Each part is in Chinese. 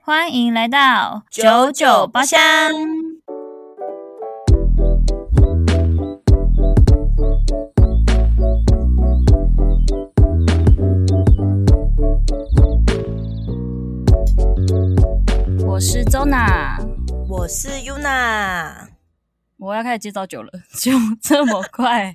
欢迎来到99包厢。我是周娜， 我是 Yuna。 我要开始介绍酒了，就这么快？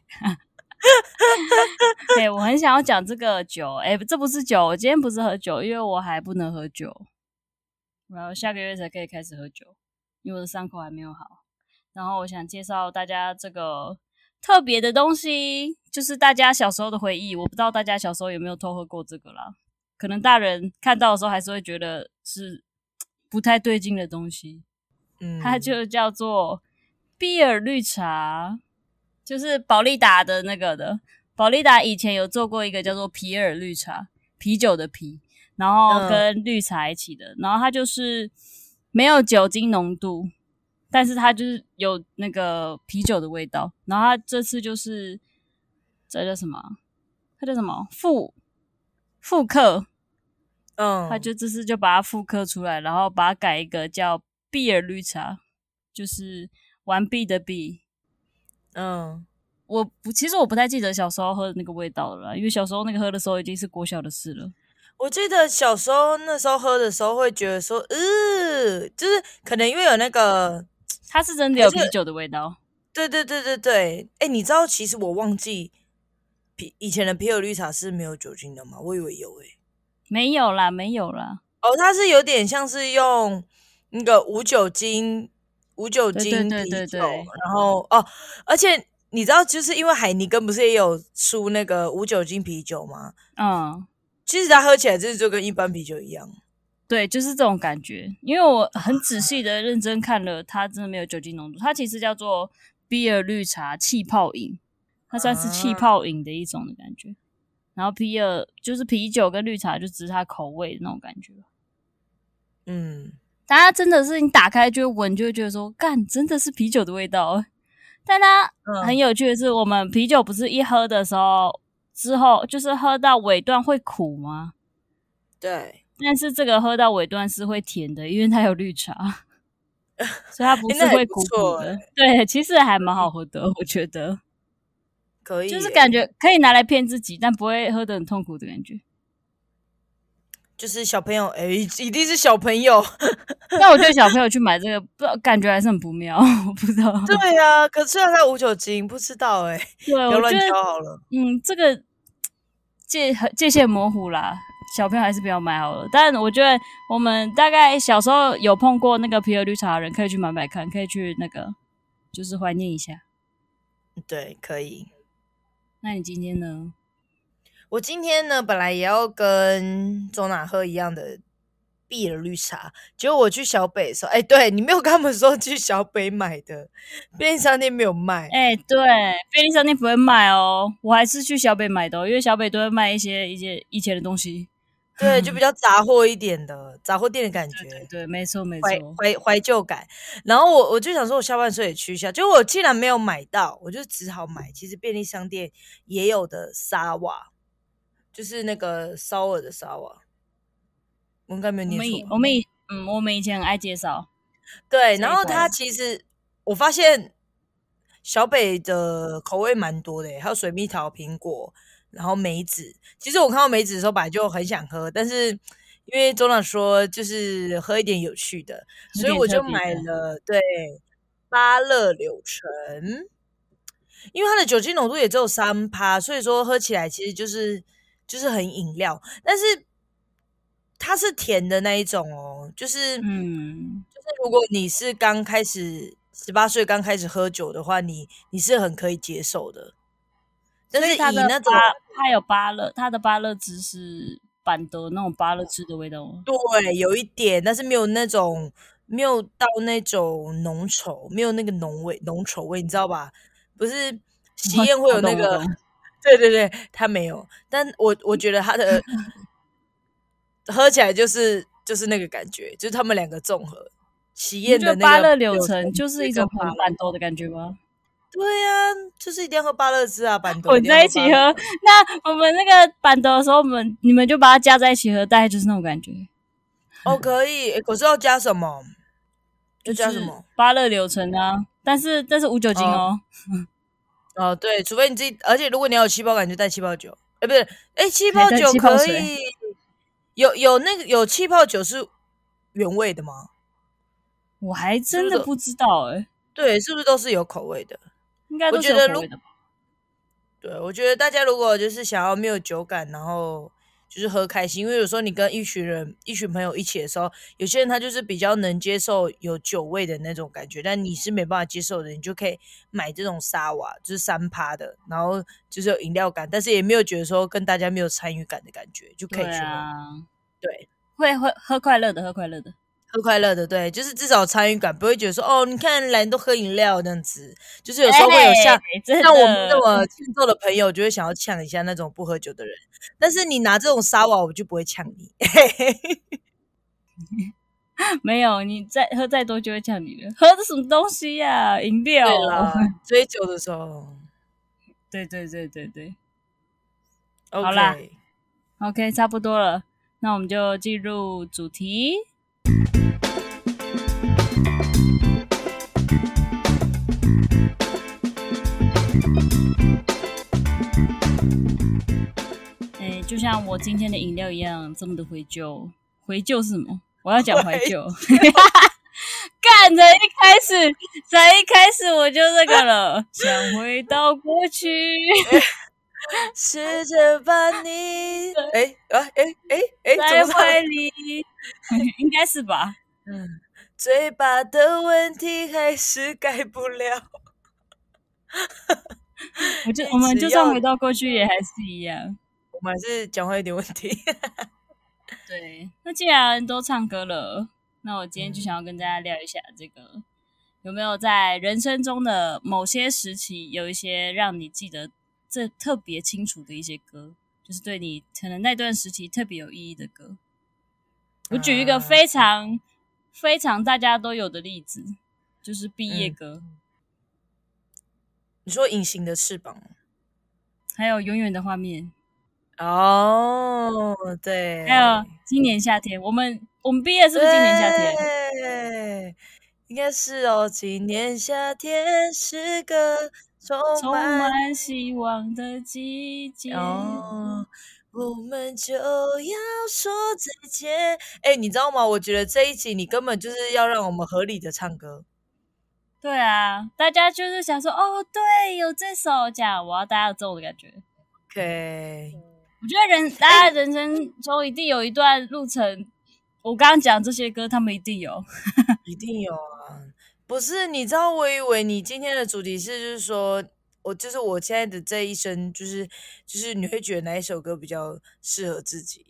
对，我很想要讲这个酒。这不是酒，我今天不是喝酒，因为我还不能喝酒。然后下个月才可以开始喝酒，因为我的伤口还没有好。然后我想介绍大家这个特别的东西，就是大家小时候的回忆。我不知道大家小时候有没有偷喝过这个啦，可能大人看到的时候还是会觉得是不太对劲的东西。它就叫做碧尔绿茶，就是保利达的那个的。保利达以前有做过一个叫做皮尔绿茶，啤酒的啤，然后跟绿茶一起的，然后它就是没有酒精浓度，但是它就是有那个啤酒的味道。然后它这次就是这叫什么？它叫什么？复刻。它就这次就把它复刻出来，然后把它改一个叫碧尔绿茶，就是完毕的毕。其实我不太记得小时候喝的那个味道了啦，因为小时候那个喝的时候已经是国小的事了。 我记得小时候那时候喝的时候会觉得说，就是可能因为有那个， 它是真的有啤酒的味道。 对。你知道其实我忘记以前的啤酒绿茶是没有酒精的吗？我以为有没有啦。 它是有点像是用那个无酒精啤酒，然后而且你知道，就是因为海尼根不是也有出那个无酒精啤酒吗？其实它喝起来就跟一般啤酒一样。 对，就是这种感觉。因为我很仔细的认真看了，它真的没有酒精浓度。它其实叫做碧尔绿茶气泡饮，它算是气泡饮的一种的感觉。然后啤尔就是啤酒跟绿茶，就只是它口味的那种感觉。大家真的是你打开就会闻，就会觉得说，干，真的是啤酒的味道。但它很有趣的是，我们啤酒不是一喝的时候之后，就是喝到尾段会苦吗？ 对。 但是这个喝到尾段是会甜的，因为它有绿茶，所以它不是会苦苦的。对，其实还蛮好喝的，我觉得可以， 就是感觉可以拿来骗自己，但不会喝得很痛苦的感觉。 就是小朋友，一定是小朋友。 但我觉得小朋友去买这个，不知道感觉还是很不妙，我不知道。 对啊，可是虽然它无酒精，不知道对， 不要乱挑好了。 这个界限模糊啦，小朋友还是不要买好了。但我觉得我们大概小时候有碰过那个啤酒绿茶的人，可以去买看，可以去那个就是怀念一下。 对，可以。 那你今天呢？ 我今天呢，本来也要跟周娜喝一样的碧尔绿茶，结果我去小北的时候，对，你没有跟他们说去小北买的，便利商店没有卖。 对，便利商店不会卖哦，我还是去小北买的因为小北都会卖一些以前的东西。 对，就比较杂货一点的杂货店的感觉。 对，没错， 怀旧感。然后我就想说，我下班时候也去一下，结果我竟然没有买到，我就只好买其实便利商店也有的沙瓦。就是那个烧耳的沙瓦，我应该没有念错。 我们以前很爱介绍。 对，然后它其实我发现小北的口味蛮多的，还有水蜜桃、苹果，然后梅子。其实我看到梅子的时候，本来就很想喝，但是因为周娜说就是喝一点有趣的，所以我就买了芭乐柳橙。因为它的酒精浓度也只有3%，所以说喝起来其实就是很饮料，但是它是甜的那一种就是如果你是刚开始18岁刚开始喝酒的话，你是很可以接受的。但是以那种它有芭乐，它的芭乐汁是板的那种芭乐汁的味道吗？ 对，有一点，但是没有到那种浓稠，没有那个浓稠味，你知道吧？不是喜宴会有那个。对，它没有，但我觉得它的喝起来就是那个感觉，就是他们两个综合。喜宴的那个芭乐柳橙就是一种很板豆的感觉吗？ 对啊，就是一定要喝芭乐汁啊，板豆混在一起喝。那我们那个板豆的时候，你们就把它加在一起喝，大概就是那种感觉。 哦，可以，可是要加什么？要加什么？ 芭乐柳橙啊，但是无酒精哦。 哦，对，除非你自己，而且如果你要有气泡感，就带气泡酒。不是，气泡酒可以，有那个有气泡酒是原味的吗？ 我还真的不知道对，是不是都是有口味的？ 应该都是有口味的吧。 对，我觉得大家如果就是想要没有酒感，然后就是喝开心，因为有时候你跟一群朋友一起的时候，有些人他就是比较能接受有酒味的那种感觉，但你是没办法接受的，你就可以买这种沙瓦，就是3%的，然后就是有饮料感，但是也没有觉得说跟大家没有参与感的感觉，就可以去喝。对， 会喝快乐的，喝快乐的。 喝快乐的，对，就是至少参与感，不会觉得说哦，你看来都喝饮料这样子，就是有时候会有像我们那么欠揍的朋友，就会想要呛一下那种不喝酒的人。但是你拿这种沙瓦，我就不会呛你。 没有，你喝再多就会呛你了。喝的什么东西呀？饮料。 对啦，追酒的时候。 对。 Okay. 好啦 ，OK， 差不多了，那我们就进入主题。就像我今天的饮料一样，这么的怀旧。怀旧是什么？我要讲怀旧。干，才一开始我就这个了，想回到过去。 试着把你在怀里，应该是吧？ 嘴巴的问题还是改不了。 我们就算回到过去，也还是一样。 我们还是讲话有点问题。 对，那既然都唱歌了，那我今天就想要跟大家聊一下这个，有没有在人生中的某些时期，有一些让你记得这特别清楚的一些歌，就是对你可能那段时期特别有意义的歌。我举一个非常非常大家都有的例子，就是毕业歌。 你说隐形的翅膀， 还有永远的画面。 哦，对， 还有今年夏天，我们毕业是不是今年夏天？ 对，应该是哦。今年夏天是个充满希望的季节。 哦，我们就要说再见。你知道吗？我觉得这一集你根本就是要让我们合理的唱歌。 对啊，大家就是想说，哦，对，有这首，这样我要大家有这种的感觉。 OK。 我觉得大家人生中一定有一段路程，我刚刚讲这些歌，他们一定有， 一定有啊！不是，你知道，我以为你今天的主题是，就是说我现在的这一生，就是你会觉得哪一首歌比较适合自己？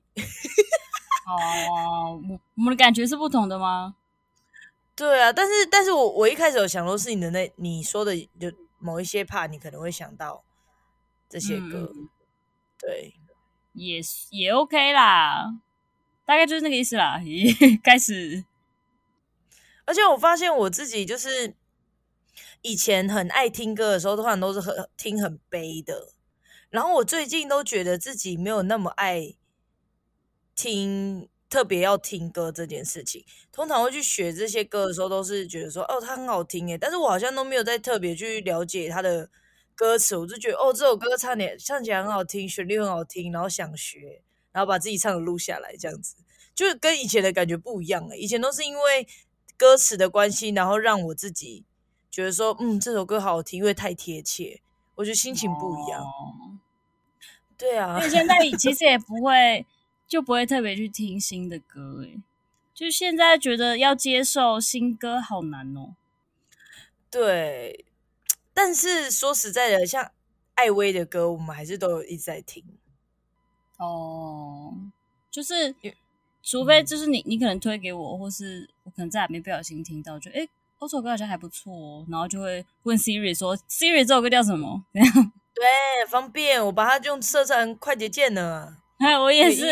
哦，我们的感觉是不同的吗？ 对啊，但是我一开始有想说是你说的就某一些part，你可能会想到这些歌，对。 也 OK 啦，大概就是那个意思啦。开始， 而且我发现我自己就是以前很爱听歌的时候，通常都是听很悲的，然后我最近都觉得自己没有那么爱听，特别要听歌这件事情。通常会去学这些歌的时候，都是觉得说哦，它很好听耶，但是我好像都没有在特别去了解它的歌词，我就觉得哦，这首歌唱起来很好听，旋律很好听，然后想学，然后把自己唱的录下来，这样子，就跟以前的感觉不一样。以前都是因为歌词的关系，然后让我自己觉得说，这首歌好好听，因为太贴切，我觉得心情不一样。对啊， 因为现在其实也不会特别去听新的歌，就现在觉得要接受新歌好难哦。 对。但是说实在的，像艾薇的歌，我们还是都有一直在听。 哦，就是除非就是你可能推给我，或是我可能在哪边不小心听到，就这首歌好像还不错哦，然后就会问 Siri 说 Siri 这首歌叫什么？这样对，方便，我把它用设成快捷键呢。 我也是，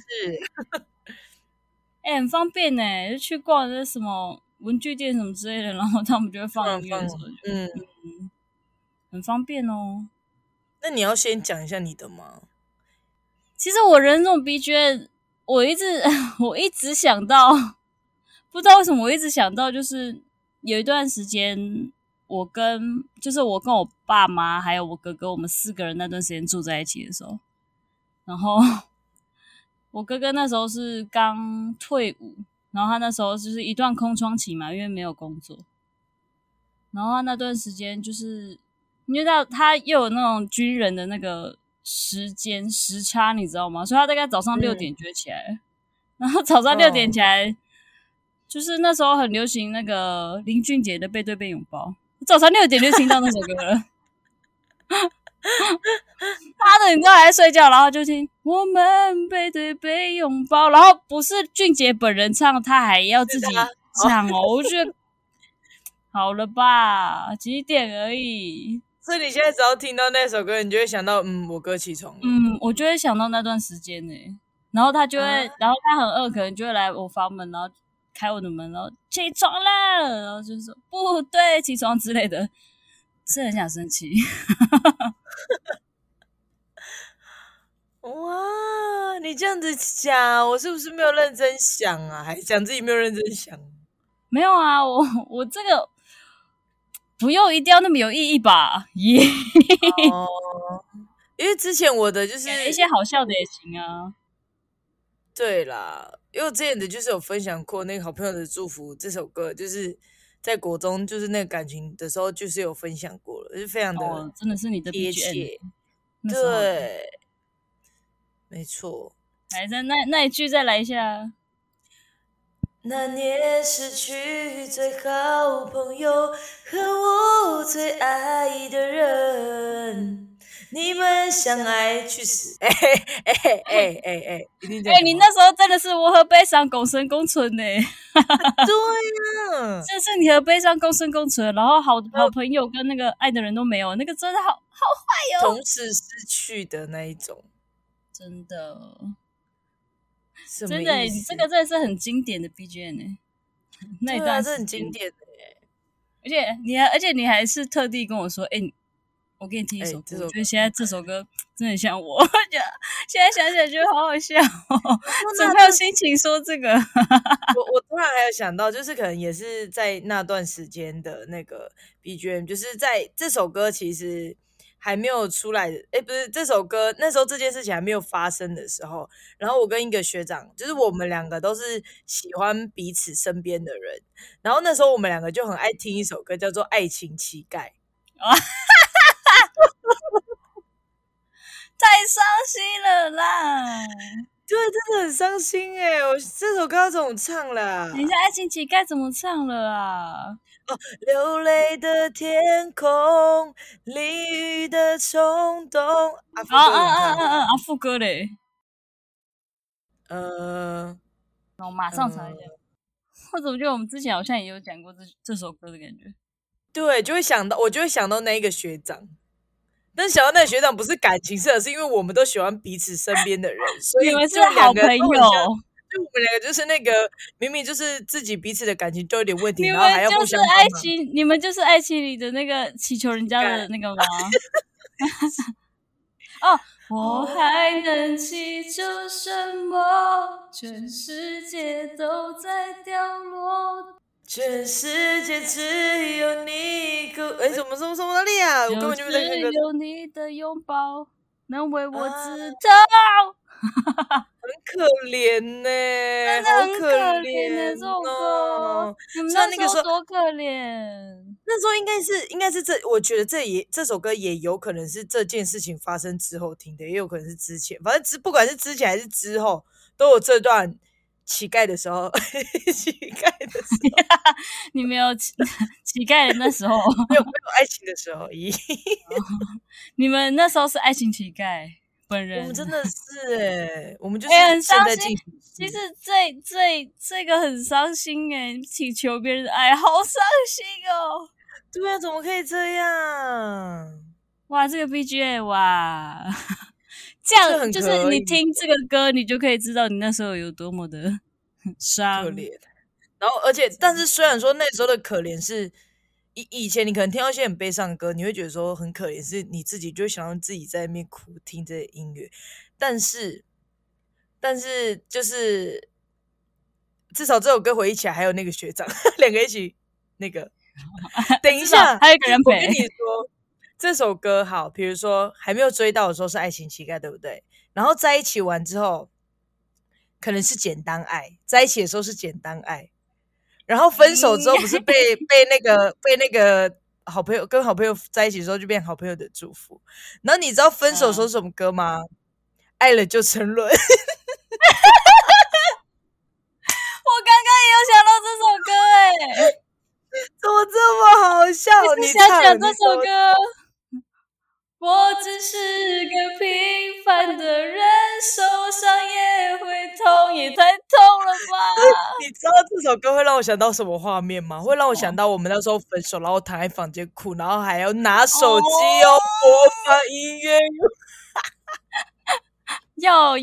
很方便呢，就去逛那什么文具店什么之类的，然后他们就会放音乐的时候，很方便哦。 那你要先讲一下你的吗？ 其实我人这种 BGM 我一直想到，不知道为什么我一直想到，就是有一段时间，我跟我爸妈还有我哥哥，我们4个人那段时间住在一起的时候，然后我哥哥那时候是刚退伍，然后他那时候就是一段空窗期嘛，因为没有工作，然后他那段时间就是因为他又有那种军人的那个时差，你知道吗？所以他大概早上6点就会起来，然后早上6点起来，就是那时候很流行那个林俊杰的《背对背拥抱》，早上6点就听到那首歌了。妈的，你知道还在睡觉，然后就听我们背对背拥抱，然后不是俊杰本人唱，他还要自己唱哦。我觉得好了吧，几点而已。 所以你现在只要听到那首歌，你就会想到，我哥起床了。 我就会想到那段时间呢，然后他就会，然后他很饿，可能就会来我房门，然后开我的门，然后起床了，然后就说不对，起床之类的，是很想生气。 哇，你这样子想，我是不是没有认真想啊？还讲自己没有认真想？ 没有啊，我这个不用一定要那么有意义吧？耶、 哦，因为之前我的就是一些好笑的也行啊。 对啦，因为我之前的就是有分享过那个好朋友的祝福这首歌，就是在国中就是那个感情的时候，就是有分享过了，就是非常的真的是你的贴 BGM 切。 对， 没错。 来，那一句再来一下。 那年失去最好朋友和我最爱的人，你们相爱去死！ 你那时候真的是我和悲伤共生共存呢。 对啊， 这是你和悲伤共生共存，然后好朋友跟那个爱的人都没有，那个真的好坏同时失去的那一种， 真的。 真的， 你这个真的是很经典的 BGM 呢。那一段是很经典的耶，而且你还是特地跟我说，我给你听一首歌，我觉得现在这首歌真的很像我，现在想起来觉得好好笑哦，怎么有心情说这个？ 我突然还有想到，就是可能也是在那段时间的那个 BGM，就是在这首歌其实还没有出来的，不是这首歌那时候这件事情还没有发生的时候，然后我跟一个学长，就是我们2个都是喜欢彼此身边的人，然后那时候我们2个就很爱听一首歌，叫做《爱情乞丐》。 太伤心了啦！ 对，真的很伤心我这首歌要怎么唱啦？ 等一下，爱情乞丐怎么唱了啊？ 流泪的天空，淋雨的冲动。 副歌嘞？我马上查一下。我怎么觉得我们之前好像也有讲过这首歌的感觉？ 对，我就会想到那一个学长，但想到那个学长不是感情色，是因为我们都喜欢彼此身边的人，所以你们是好朋友。 就我们2个就是那个明明就是自己彼此的感情都有点问题， 然后还要互相帮忙。 你们就是爱情里的那个祈求人家的那个吗？我还能祈求什么？全世界都在掉落， 全世界只有你怎么什么哪里啊？我根本就没在看歌。 只有你的拥抱能为我知道。 很可怜呢， 真的很可怜这首歌。你们那时候多可怜？ 那时候应该是我觉得这首歌也有可能是这件事情发生之后听的，也有可能是之前，反正不管是之前还是之后，都有这段乞丐的时候， 你没有乞丐的那时候， 没有爱情的时候， 你们那时候是爱情乞丐。本人我们真的是我们就是很伤心。 其实这个很伤心祈求别人的爱，好伤心哦。 对啊，怎么可以这样？ 哇，这个 BGM 哇，这样就是你听这个歌，你就可以知道你那时候有多么的伤可怜。然后，但是虽然说那时候的可怜是。以前你可能听到一些很悲伤的歌，你会觉得说很可怜，是你自己就想让自己在那边哭听这些音乐。但是但是就是至少这首歌回忆起来还有那个学长两个一起那个。等一下， 还有一个人陪。 我跟你说，这首歌好，比如说还没有追到的时候是爱情乞丐，对不对？然后在一起完之后，可能是简单爱，在一起的时候是简单爱，然后分手之后不是被那个好朋友跟好朋友在一起的时候就变好朋友的祝福。然后你知道分手的时候是什么歌吗？爱了就沉沦。 我刚刚也有想到这首歌怎么这么好笑？你想唱讲这首歌。我只是个平凡的人，受伤也会痛，也太痛了吧？ 你知道这首歌会让我想到什么画面吗？会让我想到我们那时候分手，然后躺在房间哭，然后还要拿手机播放音乐。 要。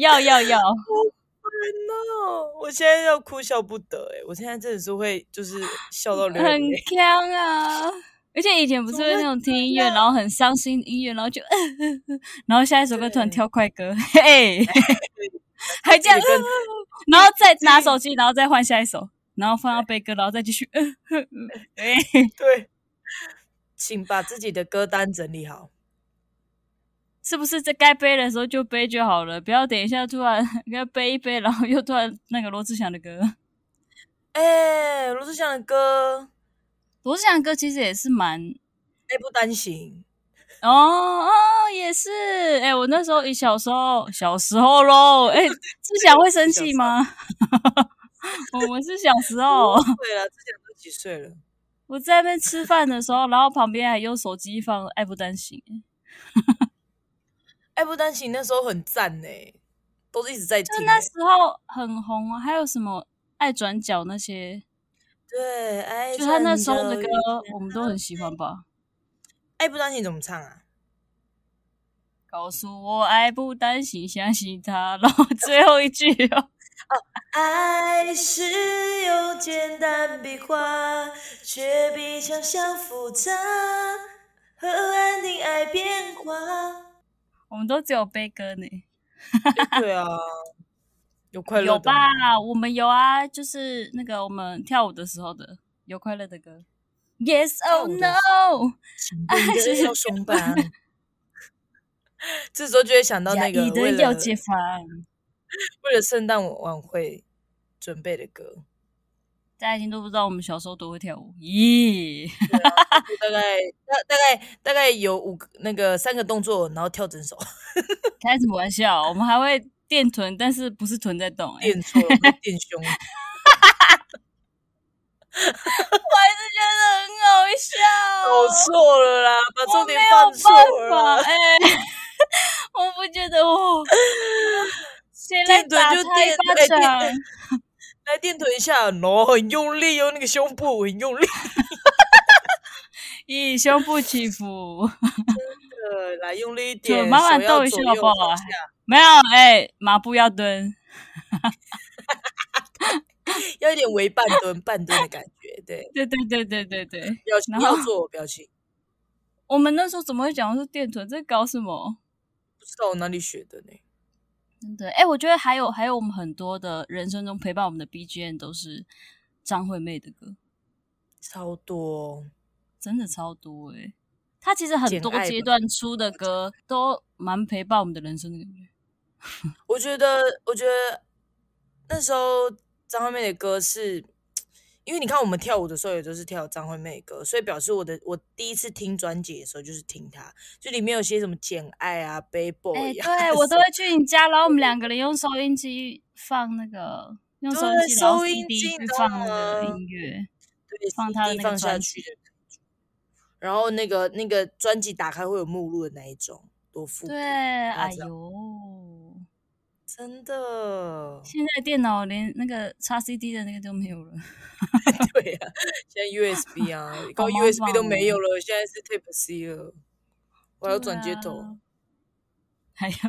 No， 我现在要哭笑不得我现在真的是会就是笑到流很泪。 强啊！而且以前不是会那种听音乐，然后很伤心的音乐，然后就然后下一首歌突然跳快歌，嘿，还这样，然后再拿手机，然后再换下一首，然后放到悲歌，然后再继续， 对，请把自己的歌单整理好。 是不是在该背的时候就背就好了？不要等一下突然要背一背，然后又突然那个罗志祥的歌。 罗志祥的歌， 罗志祥的歌其实也是蛮爱不单行。 也是。我那时候小时候咯。志祥会生气吗？我们是小时候。 对了，志祥都几岁了？ 我在那边吃饭的时候，然后旁边还用手机放《爱不单行》。 爱不单行那时候很赞都是一直在听。 就那时候很红啊，还有什么爱转角那些。 对，爱就他那时候的歌，我们都很喜欢吧。 爱不单行怎么唱啊？ 告诉我爱不单行，相信他，然后最后一句爱是用简单笔画，却比想象复杂，和安定爱变化。 我们都只有悲歌呢。 对啊，有快乐有吧？我们有啊，就是那个我们跳舞的时候的有快乐的歌。Yes or no？ 爱是要松绑。这时候就会想到那个为了圣诞晚会准备的歌。 大家已经都不知道我们小时候多会跳舞。咦、 大概有3个动作，然后跳整首。 开什么玩笑？我们还会垫臀，但是不是臀在动垫错了，垫胸。 我还是觉得很好笑。 搞错了啦，把重点放错了。 我不觉得谁来打他一巴掌？ 来垫臀一下，很用力那个胸部很用力。 咦，胸部起伏。 真的，来用力一点， 慢慢逗一下好不好？没有，马步要蹲。 要一点微半蹲的感觉。对， 表情要做表情。 我们那时候怎么会讲是垫臀？这搞什么？ 不知道我哪里学的呢。 真的，我觉得还有我们很多的人生中陪伴我们的 BGM 都是张惠妹的歌， 超多， 真的超多她其实很多阶段出的歌都蛮陪伴我们的人生的感觉。 我觉得那时候张惠妹的歌是，因为你看我们跳舞的时候也都是跳张惠妹的歌，所以表示我第一次听专辑的时候就是听她，就里面有些什么简爱啊、Bad Boy 啊， 对我都会去你家，然后我们2个人用收音机放那个，用收音机然后 CD 去放那个音乐， 对， 放他的那个下去的。然后那个专辑打开会有目录的那一种，多复古。 对，哎呦， 真的。 现在电脑连那个插 CD 的那个都没有了。 对啊，现在 USB 啊，搞 USB 都没有了，现在是 Type C 了。我还要转接头， 还要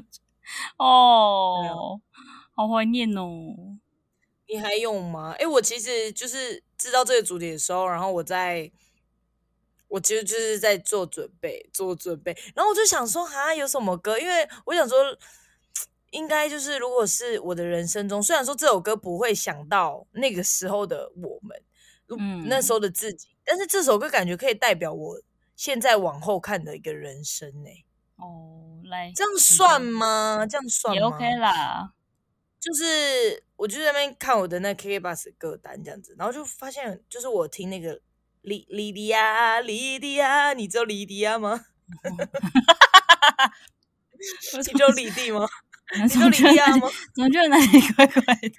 好怀念哦。 你还用吗？我其实就是知道这个主题的时候，然后我其实就是在做准备，然后我就想说有什么歌？因为我想说， 应该就是如果是我的人生中，虽然说这首歌不会想到那个时候的我们，那时候的自己，但是这首歌感觉可以代表我现在往后看的一个人生欸。 来， 这样算吗？这样算也吗？ OK 啦。 就是我就在那边看我的那 KKBOX 歌单这样子，然后就发现就是我听那个莉迪亚，你知道莉迪亚吗？你知道莉迪吗？你知道莉迪亚吗？ 总觉得哪里怪怪的。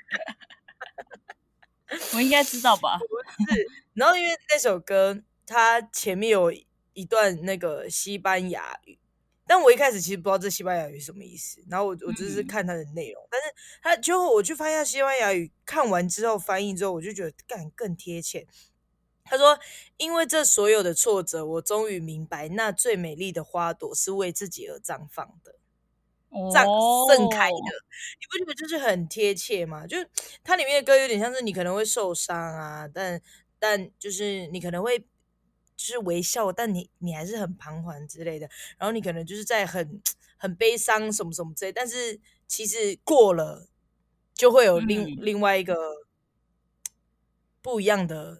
我应该知道吧？ 不是，然后因为那首歌它前面有一段那个西班牙语，但我一开始其实不知道这西班牙语是什么意思，然后我只是看它的内容，但是它最后我去翻一下西班牙语，看完之后翻译之后，我就觉得更贴切。他说：“因为这所有的挫折，我终于明白，那最美丽的花朵是为自己而绽放的，盛开的。你不觉得就是很贴切吗？就它里面的歌有点像是你可能会受伤啊，但就是你可能会就是微笑，但你还是很彷徨之类的。然后你可能就是在很悲伤什么什么之类，但是其实过了就会有另外一个不一样的。”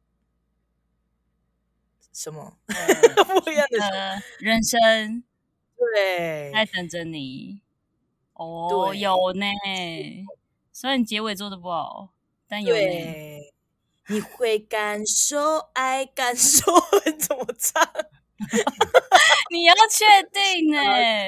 什么不一样的人生， 对， 在等着你。有呢，虽然结尾做的不好，但有呢。 你会感受爱，感受怎么唱？ 你要确定呢？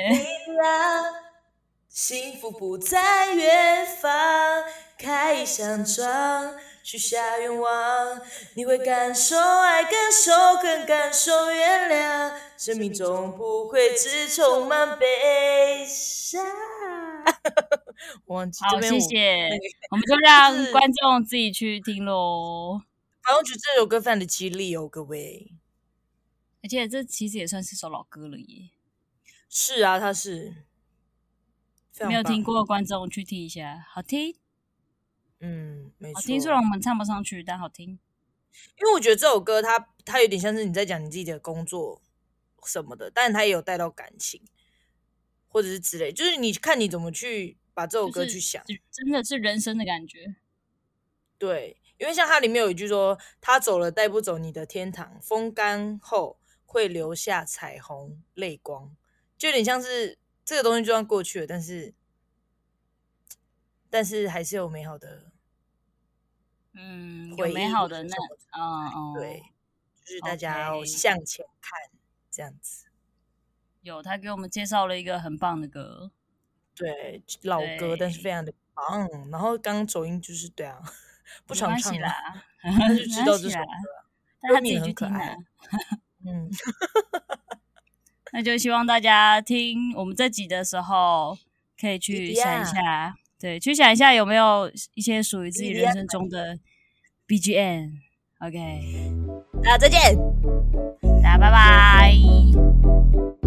幸福不在远方，开一扇窗。许下愿望，你会感受爱，感受更感受原谅，生命中不会只充满悲伤。我忘记好，谢谢，我们就让观众自己去听咯。 反正我觉得这首歌非常的激励哦，各位。 而且这其实也算是首老歌了耶。 是啊，它是没有听过的观众去听一下，好听。 没错。 好听，虽然我们唱不上去，但好听。 因为我觉得这首歌它有点像是你在讲你自己的工作什么的，但它也有带到感情，或者是之类，就是你看你怎么去把这首歌去想， 真的是人生的感觉。 对，因为像它里面有一句说：“他走了，带不走你的天堂，风干后会留下彩虹泪光。”就有点像是这个东西就算过去了，但是还是有美好的。 有美好的那对，就是大家要向前看，这样子。 有他给我们介绍了一个很棒的歌， 对，老歌，但是非常的棒。然后刚刚走音就是对啊，不常唱啦， 但是知道这首歌， 但他自己去听啊。那就希望大家听我们这集的时候，可以去想一下。对，去想一下有没有一些属于自己人生中的 BGM。OK， 大家再见， 大家拜拜。